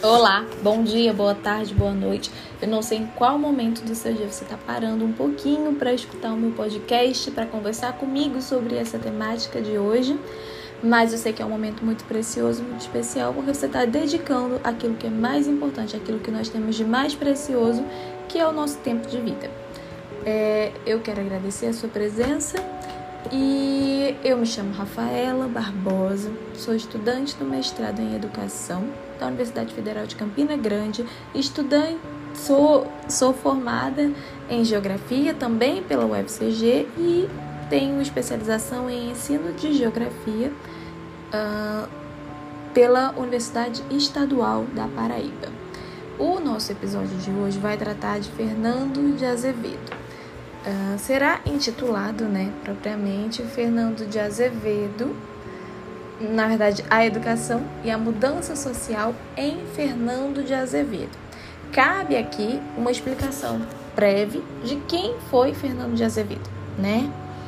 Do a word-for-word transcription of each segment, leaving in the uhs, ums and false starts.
Olá, bom dia, boa tarde, boa noite. Eu não sei em qual momento do seu dia você está parando um pouquinho para escutar o meu podcast, para conversar comigo sobre essa temática de hoje, mas eu sei que é um momento muito precioso, muito especial, porque você está dedicando aquilo que é mais importante, aquilo que nós temos de mais precioso, que é o nosso tempo de vida. É, eu quero agradecer a sua presença e eu me chamo Rafaela Barbosa, sou estudante do mestrado em Educação da Universidade Federal de Campina Grande, estudante, sou, sou formada em Geografia também pela U F C G e tenho especialização em Ensino de Geografia uh, pela Universidade Estadual da Paraíba. O nosso episódio de hoje vai tratar de Fernando de Azevedo. Uh, será intitulado, né, propriamente, Fernando de Azevedo, na verdade, a educação e a mudança social em Fernando de Azevedo. Cabe aqui uma explicação breve de quem foi Fernando de Azevedo, né?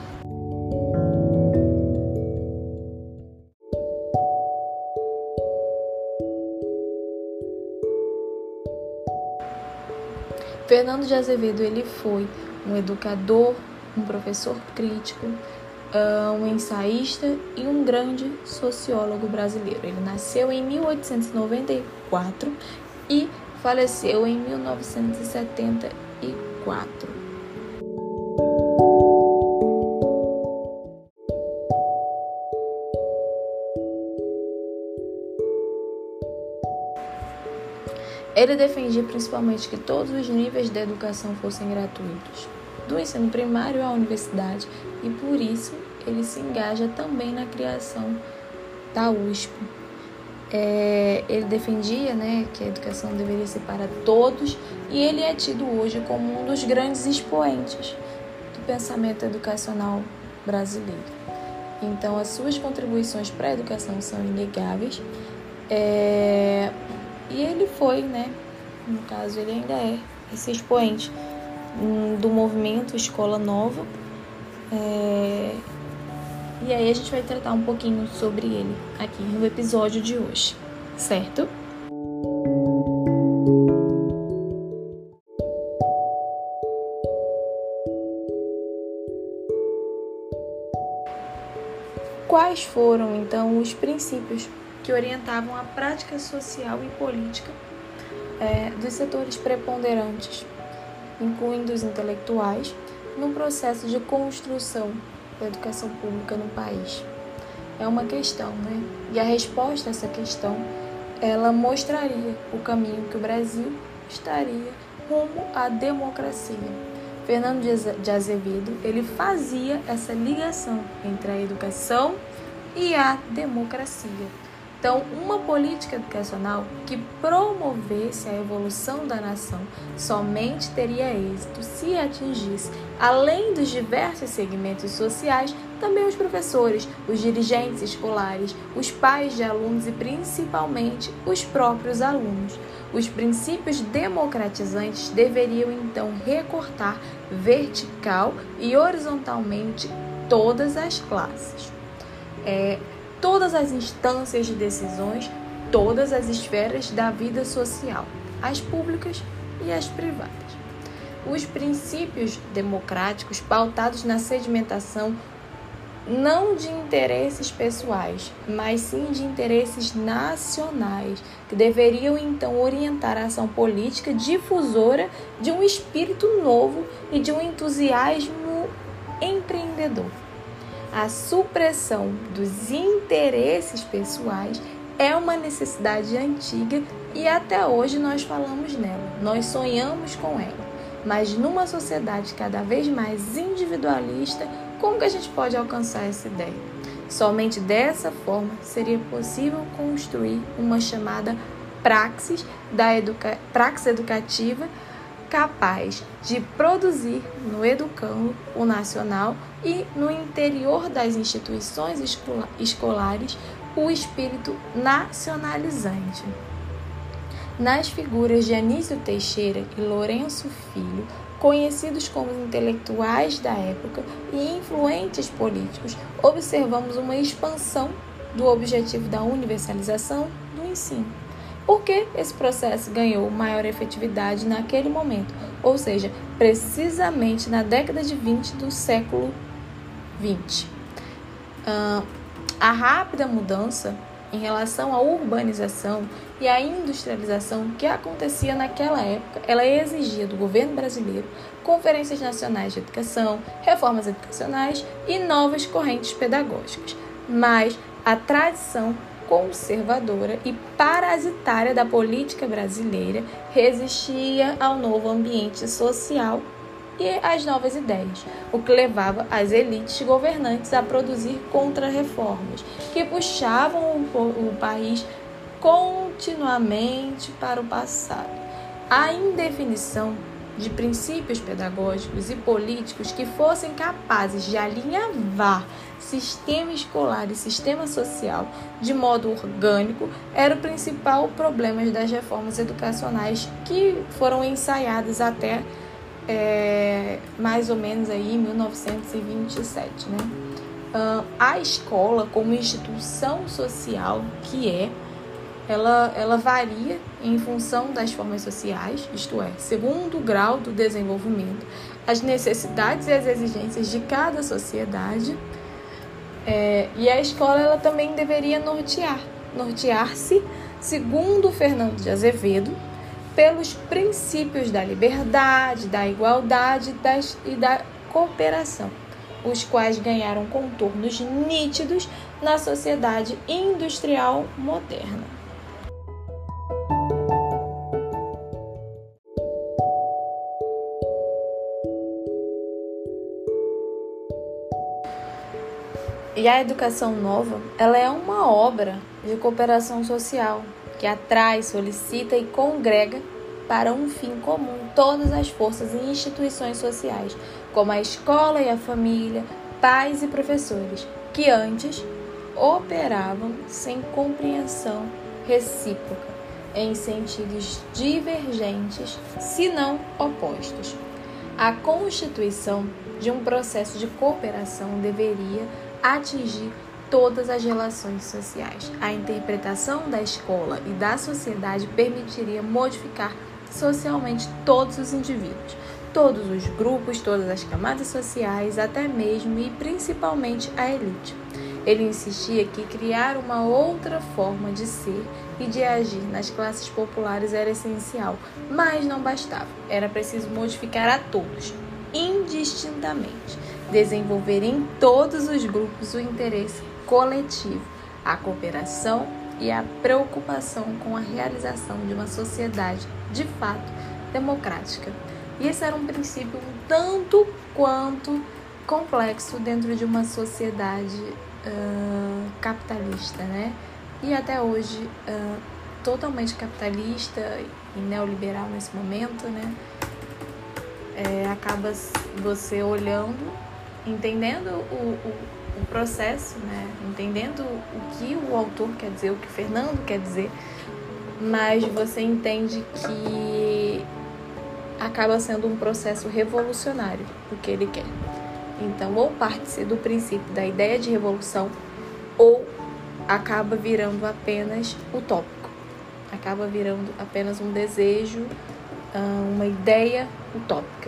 Fernando de Azevedo, ele foi um educador, um professor crítico, um ensaísta e um grande sociólogo brasileiro. Ele nasceu em mil oitocentos e noventa e quatro e faleceu em mil novecentos e setenta e quatro. Ele defendia principalmente que todos os níveis de educação fossem gratuitos, do ensino primário à universidade, e por isso ele se engaja também na criação da U S P. É, ele defendia, né, que a educação deveria ser para todos, e ele é tido hoje como um dos grandes expoentes do pensamento educacional brasileiro. Então, as suas contribuições para a educação são inegáveis, é, e ele foi, né, no caso, ele ainda é esse expoente do movimento Escola Nova, é, e aí a gente vai tratar um pouquinho sobre ele aqui no episódio de hoje, certo? Quais foram, então, os princípios que orientavam a prática social e política é, dos setores preponderantes, incluindo os intelectuais, no processo de construção da educação pública no país? É uma questão, né? E a resposta a essa questão, ela mostraria o caminho que o Brasil estaria rumo à democracia. Fernando de Azevedo, ele fazia essa ligação entre a educação e a democracia. Então, uma política educacional que promovesse a evolução da nação somente teria êxito se atingisse, além dos diversos segmentos sociais, também os professores, os dirigentes escolares, os pais de alunos e principalmente os próprios alunos. Os princípios democratizantes deveriam então recortar vertical e horizontalmente todas as classes. É, todas as instâncias de decisões, todas as esferas da vida social, as públicas e as privadas. Os princípios democráticos pautados na sedimentação não de interesses pessoais, mas sim de interesses nacionais, que deveriam então orientar a ação política difusora de um espírito novo e de um entusiasmo empreendedor. A supressão dos interesses pessoais é uma necessidade antiga e até hoje nós falamos nela, nós sonhamos com ela. Mas numa sociedade cada vez mais individualista, como que a gente pode alcançar essa ideia? Somente dessa forma seria possível construir uma chamada praxis, da educa... praxis educativa capaz de produzir no educando o nacional e no interior das instituições escola... escolares o espírito nacionalizante. Nas figuras de Anísio Teixeira e Lourenço Filho, conhecidos como intelectuais da época e influentes políticos, observamos uma expansão do objetivo da universalização do ensino. Por que esse processo ganhou maior efetividade naquele momento? Ou seja, precisamente na década de vinte do século vinte. Uh, a rápida mudança em relação à urbanização e à industrialização que acontecia naquela época, ela exigia do governo brasileiro conferências nacionais de educação, reformas educacionais e novas correntes pedagógicas. Mas a tradição conservadora e parasitária da política brasileira resistia ao novo ambiente social e às novas ideias, o que levava as elites governantes a produzir contra-reformas que puxavam o, o país continuamente para o passado. A indefinição de princípios pedagógicos e políticos que fossem capazes de alinhavar sistema escolar e sistema social de modo orgânico era o principal problema das reformas educacionais que foram ensaiadas até é, mais ou menos aí mil novecentos e vinte e sete, né? Uh, a escola como instituição social que é Ela, ela varia em função das formas sociais, isto é, segundo o grau do desenvolvimento, as necessidades e as exigências de cada sociedade. É, e a escola ela também deveria nortear, nortear-se, segundo Fernando de Azevedo, pelos princípios da liberdade, da igualdade das, e da cooperação, os quais ganharam contornos nítidos na sociedade industrial moderna. E a educação nova, ela é uma obra de cooperação social que atrai, solicita e congrega para um fim comum todas as forças e instituições sociais, como a escola e a família, pais e professores, que antes operavam sem compreensão recíproca, em sentidos divergentes, se não opostos. A constituição de um processo de cooperação deveria atingir todas as relações sociais. A interpretação da escola e da sociedade permitiria modificar socialmente todos os indivíduos, todos os grupos, todas as camadas sociais, até mesmo e principalmente a elite. Ele insistia que criar uma outra forma de ser e de agir nas classes populares era essencial, mas não bastava. Era preciso modificar a todos, indistintamente, desenvolver em todos os grupos o interesse coletivo, a cooperação e a preocupação com a realização de uma sociedade de fato democrática. E esse era um princípio um tanto quanto complexo dentro de uma sociedade uh, capitalista, né? E até hoje uh, totalmente capitalista e neoliberal nesse momento, né? É, acaba você olhando, entendendo o, o, o processo, né? Entendendo o que o autor quer dizer, o que Fernando quer dizer, mas você entende que acaba sendo um processo revolucionário o que ele quer. Então, ou parte-se do princípio da ideia de revolução, ou acaba virando apenas utópico, acaba virando apenas um desejo, uma ideia utópica.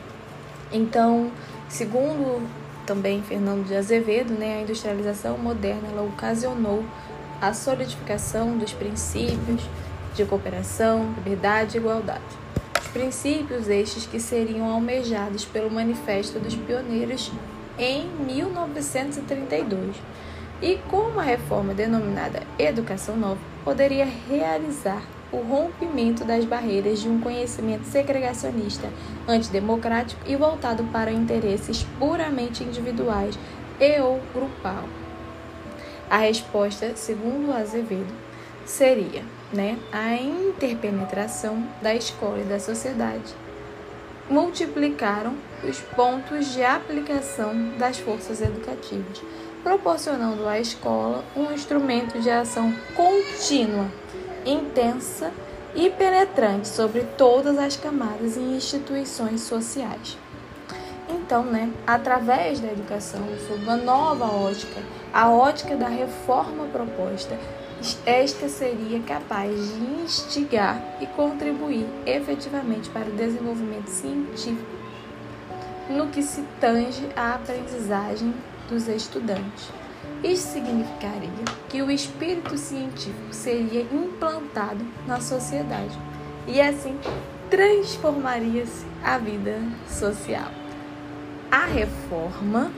Então, segundo também Fernando de Azevedo, né, a industrialização moderna ela ocasionou a solidificação dos princípios de cooperação, liberdade e igualdade. Os princípios estes que seriam almejados pelo Manifesto dos Pioneiros em mil novecentos e trinta e dois. E como a reforma denominada Educação Nova poderia realizar o rompimento das barreiras de um conhecimento segregacionista, antidemocrático e voltado para interesses puramente individuais e ou grupal. A resposta, segundo Azevedo, seria, né, a interpenetração da escola e da sociedade. Multiplicaram os pontos de aplicação das forças educativas, proporcionando à escola um instrumento de ação contínua, intensa e penetrante sobre todas as camadas e instituições sociais. Então, né, através da educação, sob uma nova ótica, a ótica da reforma proposta, esta seria capaz de instigar e contribuir efetivamente para o desenvolvimento científico no que se tange à aprendizagem dos estudantes. Isso significaria que o espírito científico seria implantado na sociedade e assim transformaria-se a vida social. A reforma,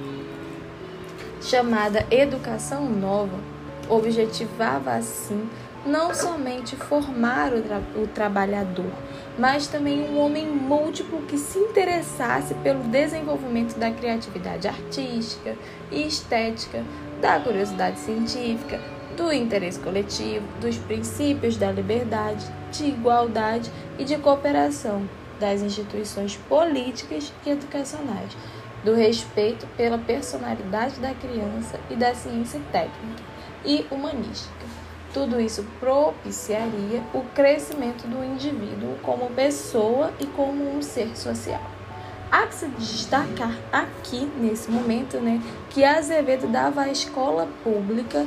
chamada Educação Nova, objetivava assim não somente formar o, tra- o trabalhador, mas também um homem múltiplo que se interessasse pelo desenvolvimento da criatividade artística e estética, da curiosidade científica, do interesse coletivo, dos princípios da liberdade, de igualdade e de cooperação das instituições políticas e educacionais, do respeito pela personalidade da criança e da ciência técnica e humanística. Tudo isso propiciaria o crescimento do indivíduo como pessoa e como um ser social. Há que se destacar aqui, nesse momento, né, que Azevedo dava à escola pública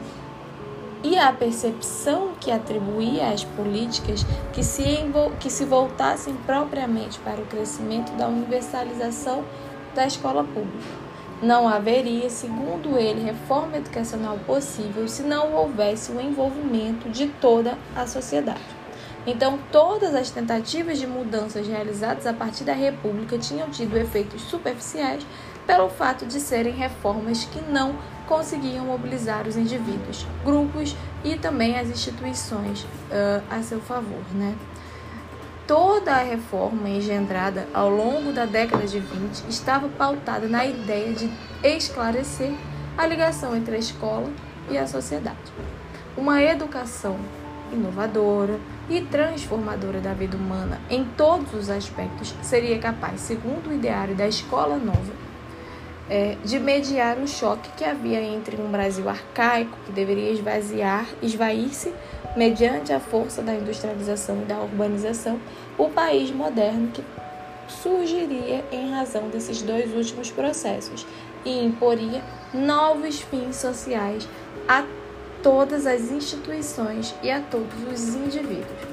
e a percepção que atribuía às políticas que se, envol- que se voltassem propriamente para o crescimento da universalização da escola pública. Não haveria, segundo ele, reforma educacional possível se não houvesse o envolvimento de toda a sociedade. Então, todas as tentativas de mudanças realizadas a partir da República tinham tido efeitos superficiais pelo fato de serem reformas que não conseguiam mobilizar os indivíduos, grupos e também as instituições uh, a seu favor, né? Toda a reforma engendrada ao longo da década de vinte estava pautada na ideia de esclarecer a ligação entre a escola e a sociedade. Uma educação inovadora e transformadora da vida humana em todos os aspectos seria capaz, segundo o ideário da Escola Nova, é, de mediar o choque que havia entre um Brasil arcaico, que deveria esvaziar, esvair-se mediante a força da industrialização e da urbanização, o país moderno que surgiria em razão desses dois últimos processos e imporia novos fins sociais a todas as instituições e a todos os indivíduos.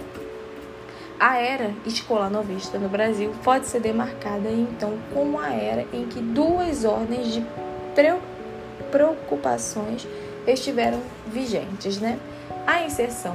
A era escolanovista no Brasil pode ser demarcada, então, como a era em que duas ordens de preocupações estiveram vigentes, né? A inserção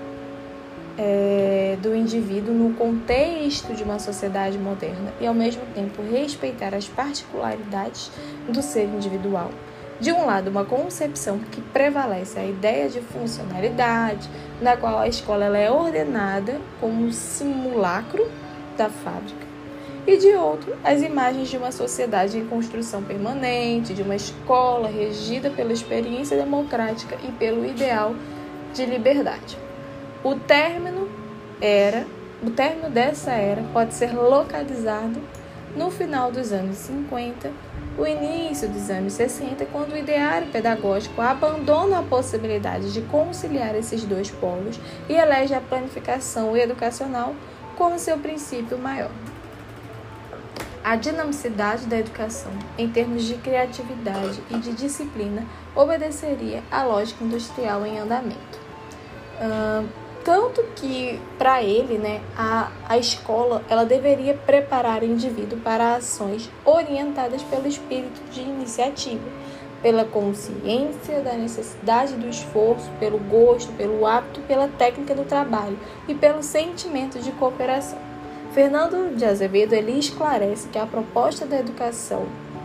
é, do indivíduo no contexto de uma sociedade moderna e, ao mesmo tempo, respeitar as particularidades do ser individual. De um lado, uma concepção que prevalece a ideia de funcionalidade, na qual a escola ela é ordenada como um simulacro da fábrica. E de outro, as imagens de uma sociedade em construção permanente, de uma escola regida pela experiência democrática e pelo ideal de liberdade. O término, era, o término dessa era pode ser localizado no final dos anos cinquenta, o início dos anos sessenta, quando o ideário pedagógico abandona a possibilidade de conciliar esses dois polos e elege a planificação educacional como seu princípio maior. A dinamicidade da educação, em termos de criatividade e de disciplina, obedeceria à lógica industrial em andamento. Uh, tanto que, para ele, né, a, a escola ela deveria preparar o indivíduo para ações orientadas pelo espírito de iniciativa, pela consciência da necessidade do esforço, pelo gosto, pelo hábito, pela técnica do trabalho e pelo sentimento de cooperação. Fernando de Azevedo ele esclarece que a proposta da educação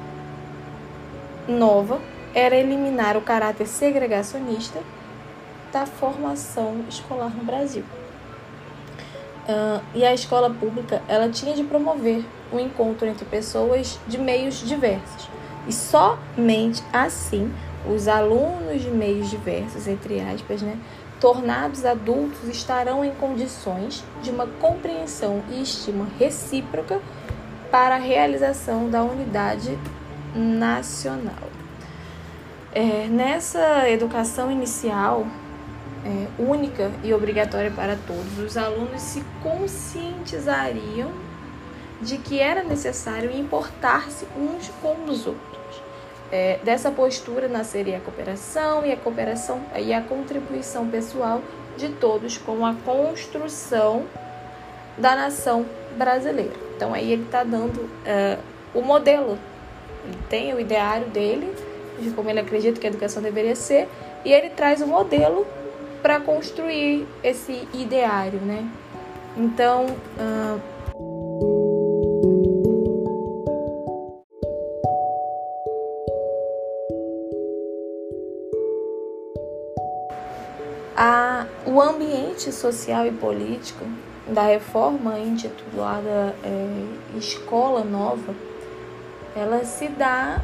nova era eliminar o caráter segregacionista da formação escolar no Brasil. Uh, e a escola pública ela tinha de promover o encontro entre pessoas de meios diversos. E somente assim os alunos de meios diversos, entre aspas, né, tornados adultos, estarão em condições de uma compreensão e estima recíproca para a realização da unidade nacional. É, nessa educação inicial, é, única e obrigatória para todos, os alunos se conscientizariam de que era necessário importar-se uns com os outros. É, dessa postura nasceria a cooperação e a cooperação e a contribuição pessoal de todos com a construção da nação brasileira. Então aí ele está dando uh, o modelo, ele tem o ideário dele, de como ele acredita que a educação deveria ser, e ele traz o modelo para construir esse ideário, né? Então, uh, a, o ambiente social e político da reforma intitulada é, Escola Nova, ela se dá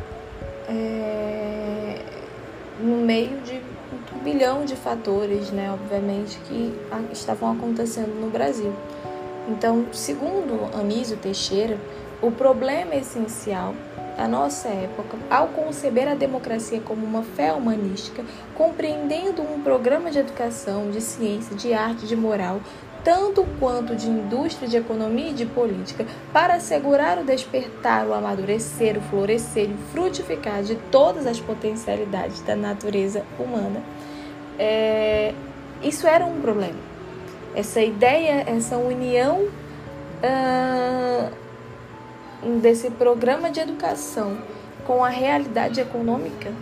é, no meio de um turbilhão de fatores, né, obviamente, que estavam acontecendo no Brasil. Então, segundo Anísio Teixeira, o problema essencial da nossa época, ao conceber a democracia como uma fé humanística, compreendendo um programa de educação, de ciência, de arte, de moral, tanto quanto de indústria, de economia e de política, para assegurar o despertar, o amadurecer, o florescer e o frutificar de todas as potencialidades da natureza humana. É, isso era um problema. Essa ideia, essa união ah, desse programa de educação com a realidade econômica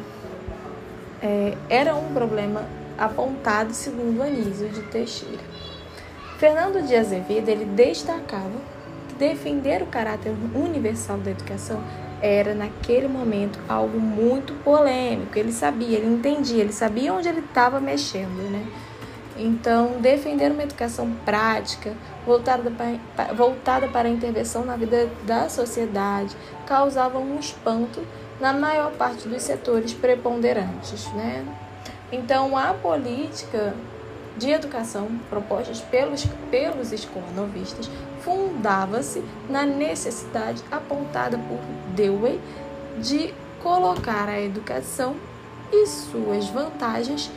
é, era um problema apontado segundo Anísio de Teixeira. Fernando de Azevedo, ele destacava que defender o caráter universal da educação era, naquele momento, algo muito polêmico. Ele sabia, ele entendia, ele sabia onde ele estava mexendo, né? Então, defender uma educação prática, voltada para, voltada para a intervenção na vida da sociedade, causava um espanto na maior parte dos setores preponderantes, né? Então, a política de educação propostas pelos, pelos escolanovistas fundava-se na necessidade apontada por Dewey de colocar a educação e suas vantagens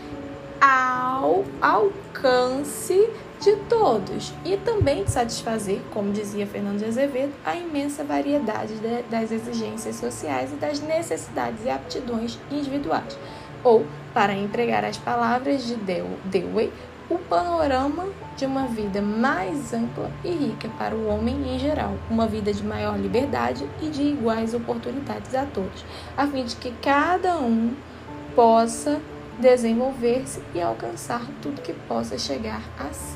ao alcance de todos e também de satisfazer, como dizia Fernando de Azevedo, a imensa variedade de, das exigências sociais e das necessidades e aptidões individuais. Ou, para empregar as palavras de Dewey, o panorama de uma vida mais ampla e rica para o homem em geral, uma vida de maior liberdade e de iguais oportunidades a todos, a fim de que cada um possa desenvolver-se e alcançar tudo que possa chegar a si.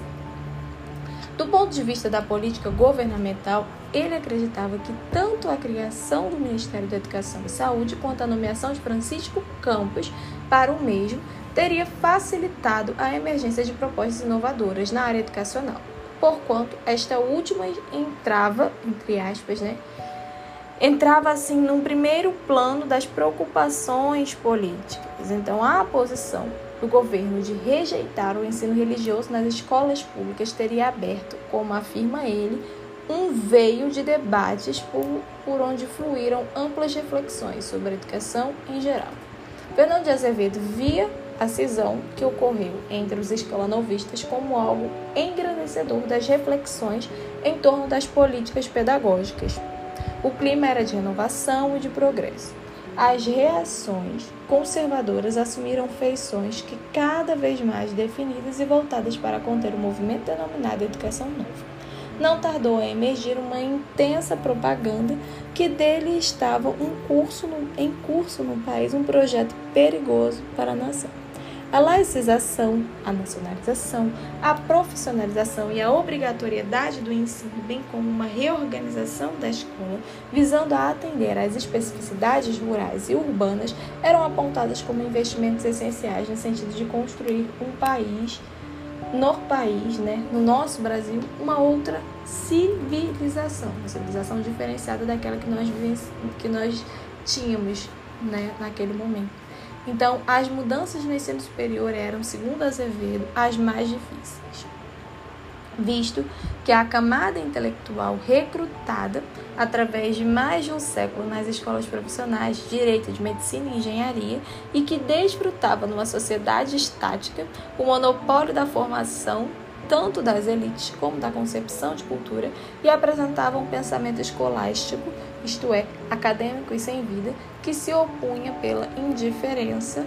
Do ponto de vista da política governamental, ele acreditava que tanto a criação do Ministério da Educação e Saúde quanto a nomeação de Francisco Campos para o mesmo teria facilitado a emergência de propostas inovadoras na área educacional, porquanto esta última entrava, entre aspas, né, entrava assim num primeiro plano das preocupações políticas. Então, a posição do governo de rejeitar o ensino religioso nas escolas públicas teria aberto, como afirma ele, um veio de debates por, por onde fluíram amplas reflexões sobre a educação em geral. Fernando de Azevedo via a cisão que ocorreu entre os escolanovistas como algo engrandecedor das reflexões em torno das políticas pedagógicas. O clima era de renovação e de progresso. As reações conservadoras assumiram feições que cada vez mais definidas e voltadas para conter o movimento denominado Educação Nova. Não tardou a emergir uma intensa propaganda que dele estava um curso no, em curso no país um projeto perigoso para a nação. A laicização, a nacionalização, a profissionalização e a obrigatoriedade do ensino, bem como uma reorganização da escola, visando a atender às especificidades rurais e urbanas, eram apontadas como investimentos essenciais no sentido de construir um país, no país, né, no nosso Brasil, uma outra civilização, uma civilização diferenciada daquela que nós, que nós tínhamos, né, naquele momento. Então, as mudanças no ensino superior eram, segundo Azevedo, as mais difíceis, visto que a camada intelectual recrutada através de mais de um século nas escolas profissionais de direito, de medicina e engenharia e que desfrutava numa sociedade estática o monopólio da formação tanto das elites como da concepção de cultura, e apresentava um pensamento escolástico, isto é, acadêmico e sem vida, que se opunha pela indiferença,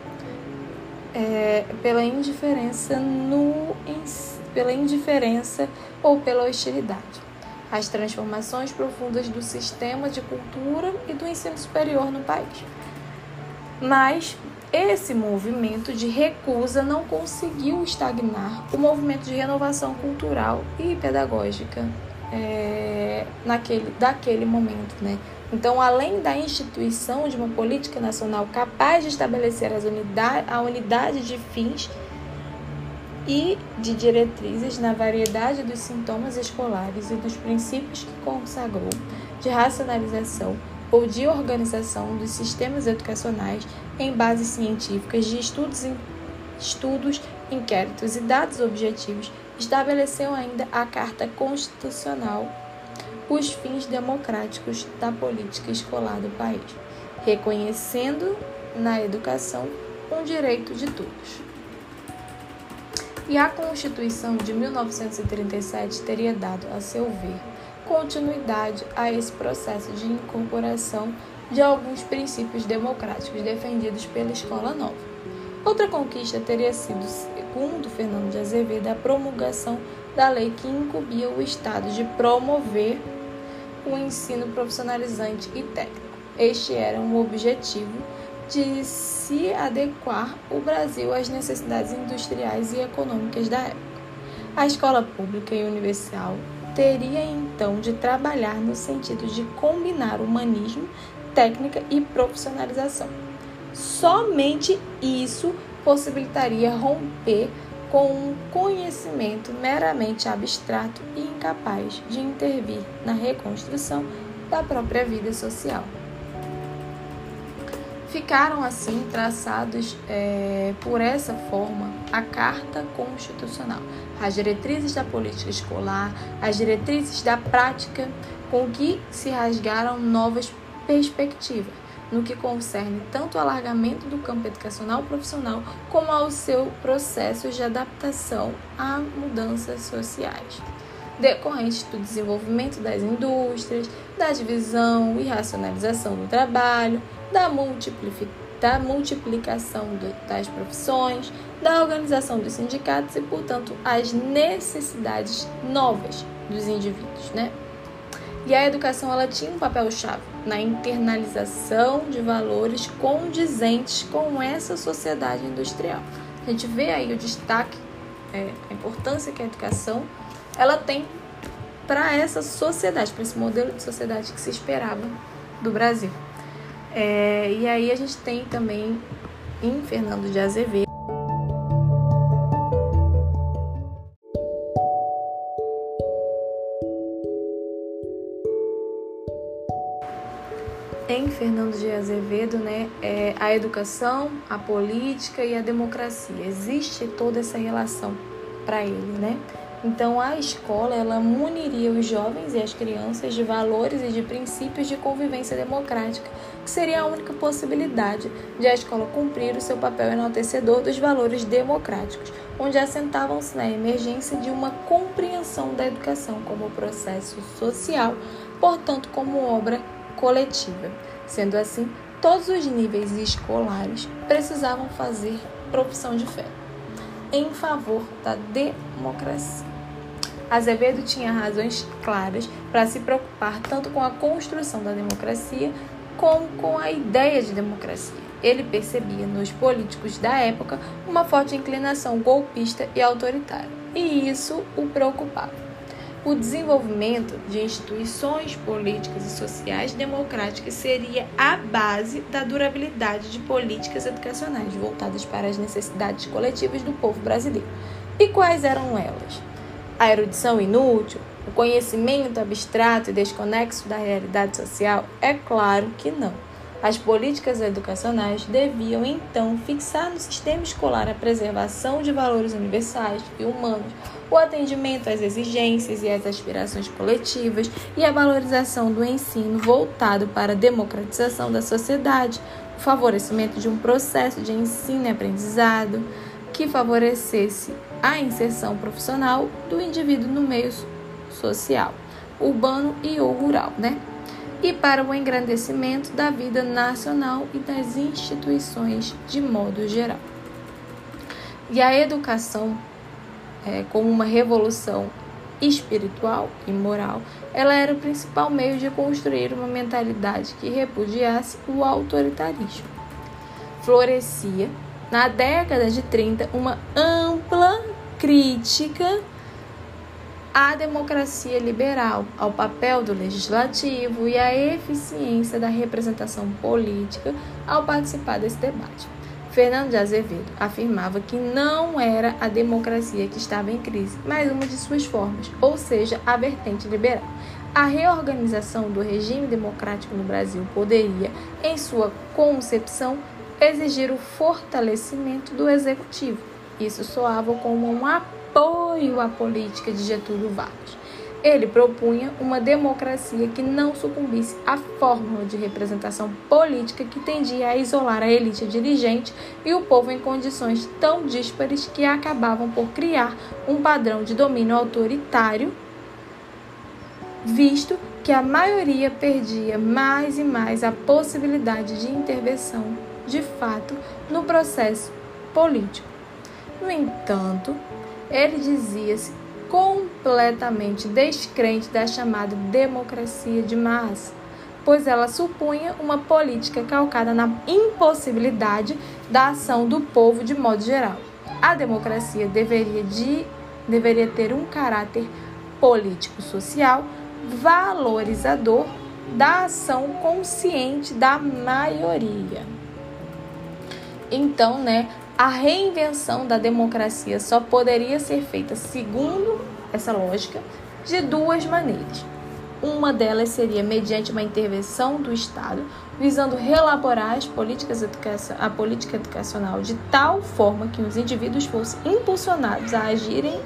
é, pela indiferença no, pela indiferença ou pela hostilidade. As transformações profundas do sistema de cultura e do ensino superior no país. Mas esse movimento de recusa não conseguiu estagnar o movimento de renovação cultural e pedagógica é, naquele, daquele momento, né? Então, além da instituição de uma política nacional capaz de estabelecer as unidade, a unidade de fins e de diretrizes na variedade dos sintomas escolares e dos princípios que consagrou, de racionalização ou de organização dos sistemas educacionais em bases científicas de estudos, estudos, inquéritos e dados objetivos, estabeleceu ainda a Carta Constitucional os fins democráticos da política escolar do país, reconhecendo na educação um direito de todos. E a Constituição de mil novecentos e trinta e sete teria dado, a seu ver, continuidade a esse processo de incorporação de alguns princípios democráticos defendidos pela Escola Nova. Outra conquista teria sido, segundo Fernando de Azevedo, a promulgação da lei que incumbia o Estado de promover o ensino profissionalizante e técnico. Este era um objetivo de se adequar o Brasil às necessidades industriais e econômicas da época. A escola pública e universal teria então de trabalhar no sentido de combinar humanismo, técnica e profissionalização. Somente isso possibilitaria romper com um conhecimento meramente abstrato e incapaz de intervir na reconstrução da própria vida social. Ficaram assim traçados é, por essa forma a Carta Constitucional, as diretrizes da política escolar, as diretrizes da prática, com que se rasgaram novas perspectivas no que concerne tanto ao alargamento do campo educacional profissional como ao seu processo de adaptação a mudanças sociais, decorrentes do desenvolvimento das indústrias, da divisão e racionalização do trabalho, da, da multiplicação do, das profissões, da organização dos sindicatos e, portanto, as necessidades novas dos indivíduos, né? E a educação ela tinha um papel-chave na internalização de valores condizentes com essa sociedade industrial. A gente vê aí o destaque, é, a importância que a educação ela tem para essa sociedade, para esse modelo de sociedade que se esperava do Brasil. É, e aí a gente tem também em Fernando de Azevedo em Fernando de Azevedo, né, é, a educação, a política e a democracia. Existe toda essa relação para ele, né? Então, a escola, ela muniria os jovens e as crianças de valores e de princípios de convivência democrática, que seria a única possibilidade de a escola cumprir o seu papel enaltecedor dos valores democráticos, onde assentavam-se na emergência de uma compreensão da educação como processo social, portanto, como obra coletiva. Sendo assim, todos os níveis escolares precisavam fazer profissão de fé em favor da democracia. Azevedo tinha razões claras para se preocupar tanto com a construção da democracia como com a ideia de democracia. Ele percebia nos políticos da época uma forte inclinação golpista e autoritária, e isso o preocupava. O desenvolvimento de instituições políticas e sociais democráticas seria a base da durabilidade de políticas educacionais voltadas para as necessidades coletivas do povo brasileiro. E quais eram elas? A erudição inútil? O conhecimento abstrato e desconexo da realidade social? É claro que não. As políticas educacionais deviam, então, fixar no sistema escolar a preservação de valores universais e humanos, o atendimento às exigências e às aspirações coletivas e a valorização do ensino voltado para a democratização da sociedade, o favorecimento de um processo de ensino e aprendizado que favorecesse a inserção profissional do indivíduo no meio social, urbano e ou rural, né? E para o engrandecimento da vida nacional e das instituições de modo geral. E a educação, é, como uma revolução espiritual e moral, ela era o principal meio de construir uma mentalidade que repudiasse o autoritarismo. Florescia, na década de trinta, uma ampla crítica à democracia liberal, ao papel do legislativo e à eficiência da representação política ao participar desse debate. Fernando de Azevedo afirmava que não era a democracia que estava em crise, mas uma de suas formas, ou seja, a vertente liberal. A reorganização do regime democrático no Brasil poderia, em sua concepção, exigir o fortalecimento do executivo. Isso soava como um apoio à política de Getúlio Vargas. Ele propunha uma democracia que não sucumbisse à fórmula de representação política que tendia a isolar a elite dirigente e o povo em condições tão díspares que acabavam por criar um padrão de domínio autoritário, visto que a maioria perdia mais e mais a possibilidade de intervenção, de fato, no processo político. No entanto, ele dizia-se completamente descrente da chamada democracia de massa, pois ela supunha uma política calcada na impossibilidade da ação do povo de modo geral. A democracia deveria, de, deveria ter um caráter político-social valorizador da ação consciente da maioria. Então, né, a reinvenção da democracia só poderia ser feita, segundo essa lógica, de duas maneiras. Uma delas seria mediante uma intervenção do Estado, visando reelaborar as políticas educação, a política educacional de tal forma que os indivíduos fossem impulsionados a agirem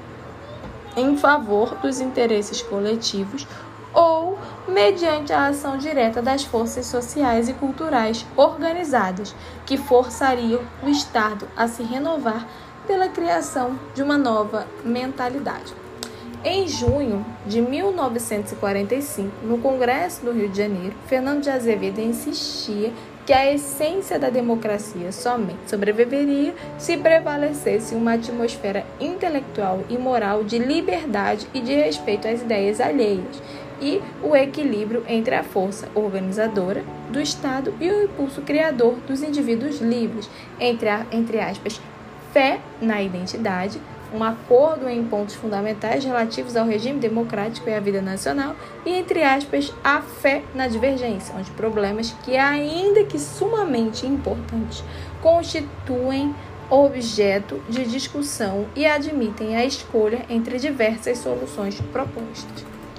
em favor dos interesses coletivos, ou mediante a ação direta das forças sociais e culturais organizadas, que forçariam o Estado a se renovar pela criação de uma nova mentalidade. Em junho de mil novecentos e quarenta e cinco, no Congresso do Rio de Janeiro, Fernando de Azevedo insistia que a essência da democracia somente sobreviveria se prevalecesse uma atmosfera intelectual e moral de liberdade e de respeito às ideias alheias, e o equilíbrio entre a força organizadora do Estado e o impulso criador dos indivíduos livres, entre, a, entre aspas, fé na identidade, um acordo em pontos fundamentais relativos ao regime democrático e à vida nacional, e, entre aspas, a fé na divergência, onde problemas que, ainda que sumamente importantes, constituem objeto de discussão e admitem a escolha entre diversas soluções propostas.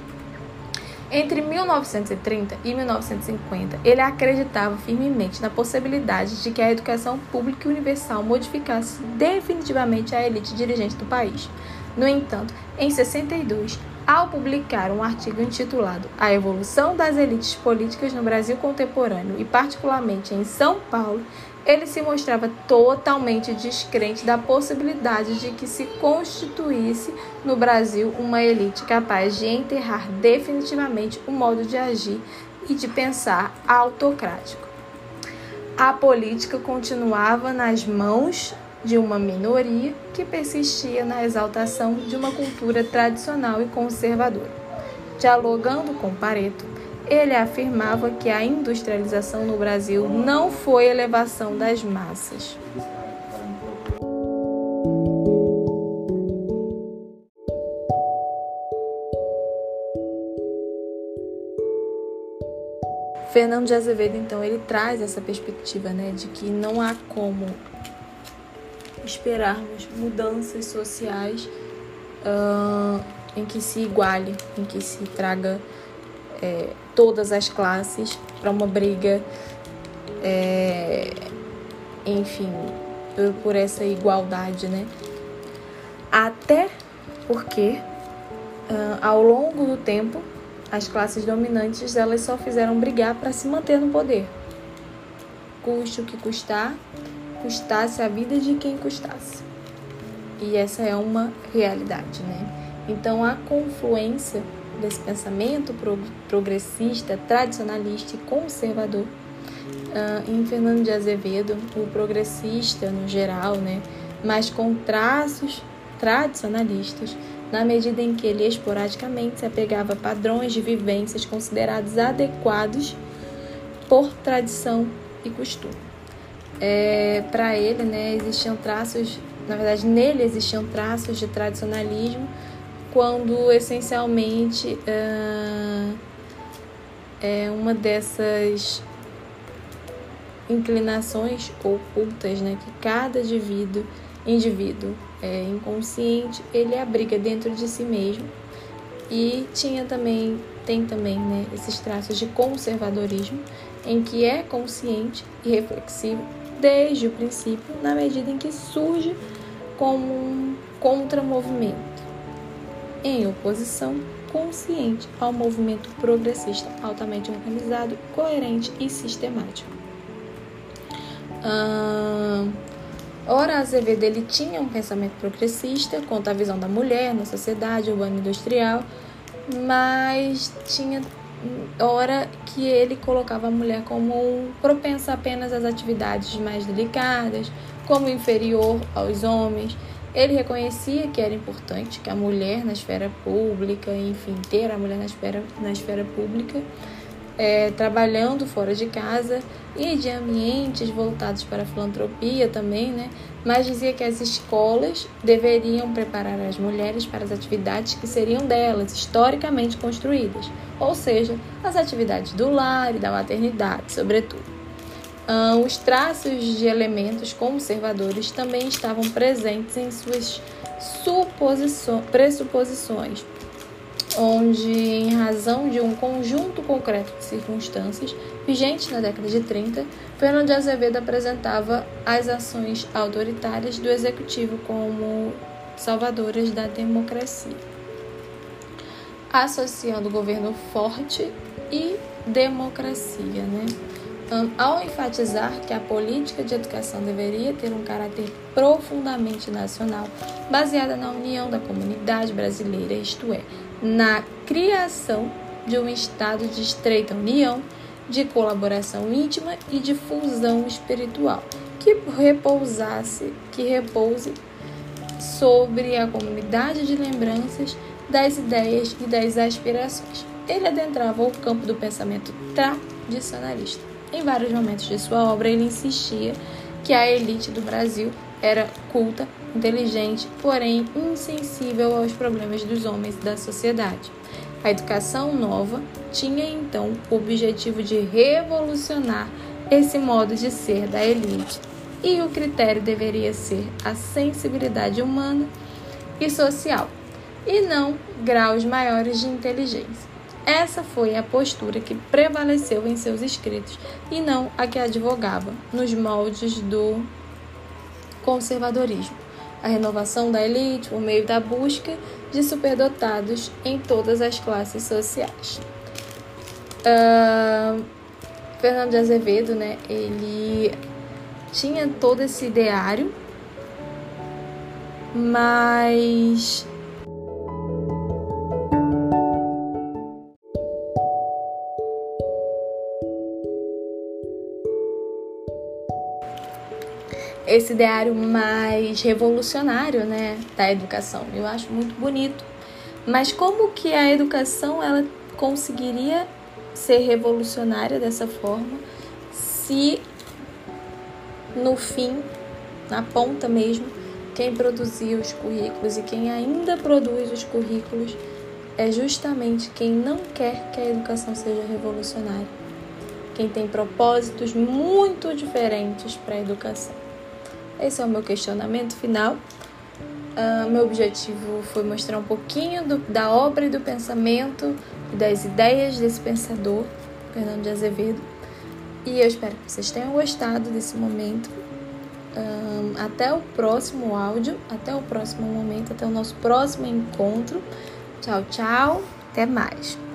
Entre mil novecentos e trinta e mil novecentos e cinquenta, ele acreditava firmemente na possibilidade de que a educação pública universal modificasse definitivamente a elite dirigente do país. No entanto, em sessenta e dois, ao publicar um artigo intitulado A Evolução das Elites Políticas no Brasil Contemporâneo e particularmente em São Paulo, ele se mostrava totalmente descrente da possibilidade de que se constituísse no Brasil uma elite capaz de enterrar definitivamente o modo de agir e de pensar autocrático. A política continuava nas mãos de uma minoria que persistia na exaltação de uma cultura tradicional e conservadora. Dialogando com Pareto, ele afirmava que a industrialização no Brasil não foi elevação das massas. Fernando de Azevedo, então, ele traz essa perspectiva, né, de que não há como esperarmos mudanças sociais uh, em que se iguale, em que se traga é, todas as classes para uma briga, é, enfim, por, por essa igualdade, né? Até porque, uh, ao longo do tempo, as classes dominantes elas só fizeram brigar para se manter no poder. Custe o que custar, custasse a vida de quem custasse. e essa é uma realidade, né? Então, a confluência desse pensamento progressista, tradicionalista e conservador uh, em Fernando de Azevedo, o progressista no geral, né, mas com traços tradicionalistas, na medida em que ele esporadicamente se apegava a padrões de vivências considerados adequados por tradição e costume. É, para ele, né, existiam traços, na verdade, nele existiam traços de tradicionalismo, quando essencialmente uh, é uma dessas inclinações ocultas, né, que cada indivíduo, indivíduo é, inconsciente, ele abriga dentro de si mesmo, e tinha também, tem também, né, esses traços de conservadorismo, em que é consciente e reflexivo desde o princípio, na medida em que surge como um contramovimento, em oposição consciente ao movimento progressista altamente organizado, coerente e sistemático. Ah, ora, Azevedo ele tinha um pensamento progressista quanto à visão da mulher na sociedade urbana industrial, mas tinha ora que ele colocava a mulher como propensa apenas às atividades mais delicadas, como inferior aos homens. Ele reconhecia que era importante que a mulher na esfera pública, enfim, ter a mulher na esfera, na esfera pública, é, trabalhando fora de casa e de ambientes voltados para a filantropia também, né? Mas dizia que as escolas deveriam preparar as mulheres para as atividades que seriam delas, historicamente construídas, ou seja, as atividades do lar e da maternidade, sobretudo. Uh, os traços de elementos conservadores também estavam presentes em suas pressuposições, onde, em razão de um conjunto concreto de circunstâncias vigentes na década de trinta, Fernando de Azevedo apresentava as ações autoritárias do executivo como salvadoras da democracia, associando governo forte e democracia, né? Um, ao enfatizar que a política de educação deveria ter um caráter profundamente nacional, baseada na união da comunidade brasileira, isto é, na criação de um estado de estreita união, de colaboração íntima e de fusão espiritual, que repousasse, que repouse sobre a comunidade de lembranças das ideias e das aspirações. Ele adentrava o campo do pensamento tradicionalista. Em vários momentos de sua obra, ele insistia que a elite do Brasil era culta, inteligente, porém insensível aos problemas dos homens e da sociedade. A educação nova tinha, então, o objetivo de revolucionar esse modo de ser da elite, e o critério deveria ser a sensibilidade humana e social, e não graus maiores de inteligência. Essa foi a postura que prevaleceu em seus escritos e não a que advogava nos moldes do conservadorismo, a renovação da elite por meio da busca de superdotados em todas as classes sociais. Uh, Fernando de Azevedo, né, ele tinha todo esse ideário, mas esse ideário mais revolucionário, né, da educação. Eu acho muito bonito. Mas como que a educação ela conseguiria ser revolucionária dessa forma se, no fim, na ponta mesmo, quem produzia os currículos e quem ainda produz os currículos é justamente quem não quer que a educação seja revolucionária, quem tem propósitos muito diferentes para a educação. Esse é o meu questionamento final. Uh, meu objetivo foi mostrar um pouquinho do, da obra e do pensamento e das ideias desse pensador, Fernando de Azevedo. E eu espero que vocês tenham gostado desse momento. Um, até o próximo áudio, até o próximo momento, até o nosso próximo encontro. Tchau, tchau. Até mais.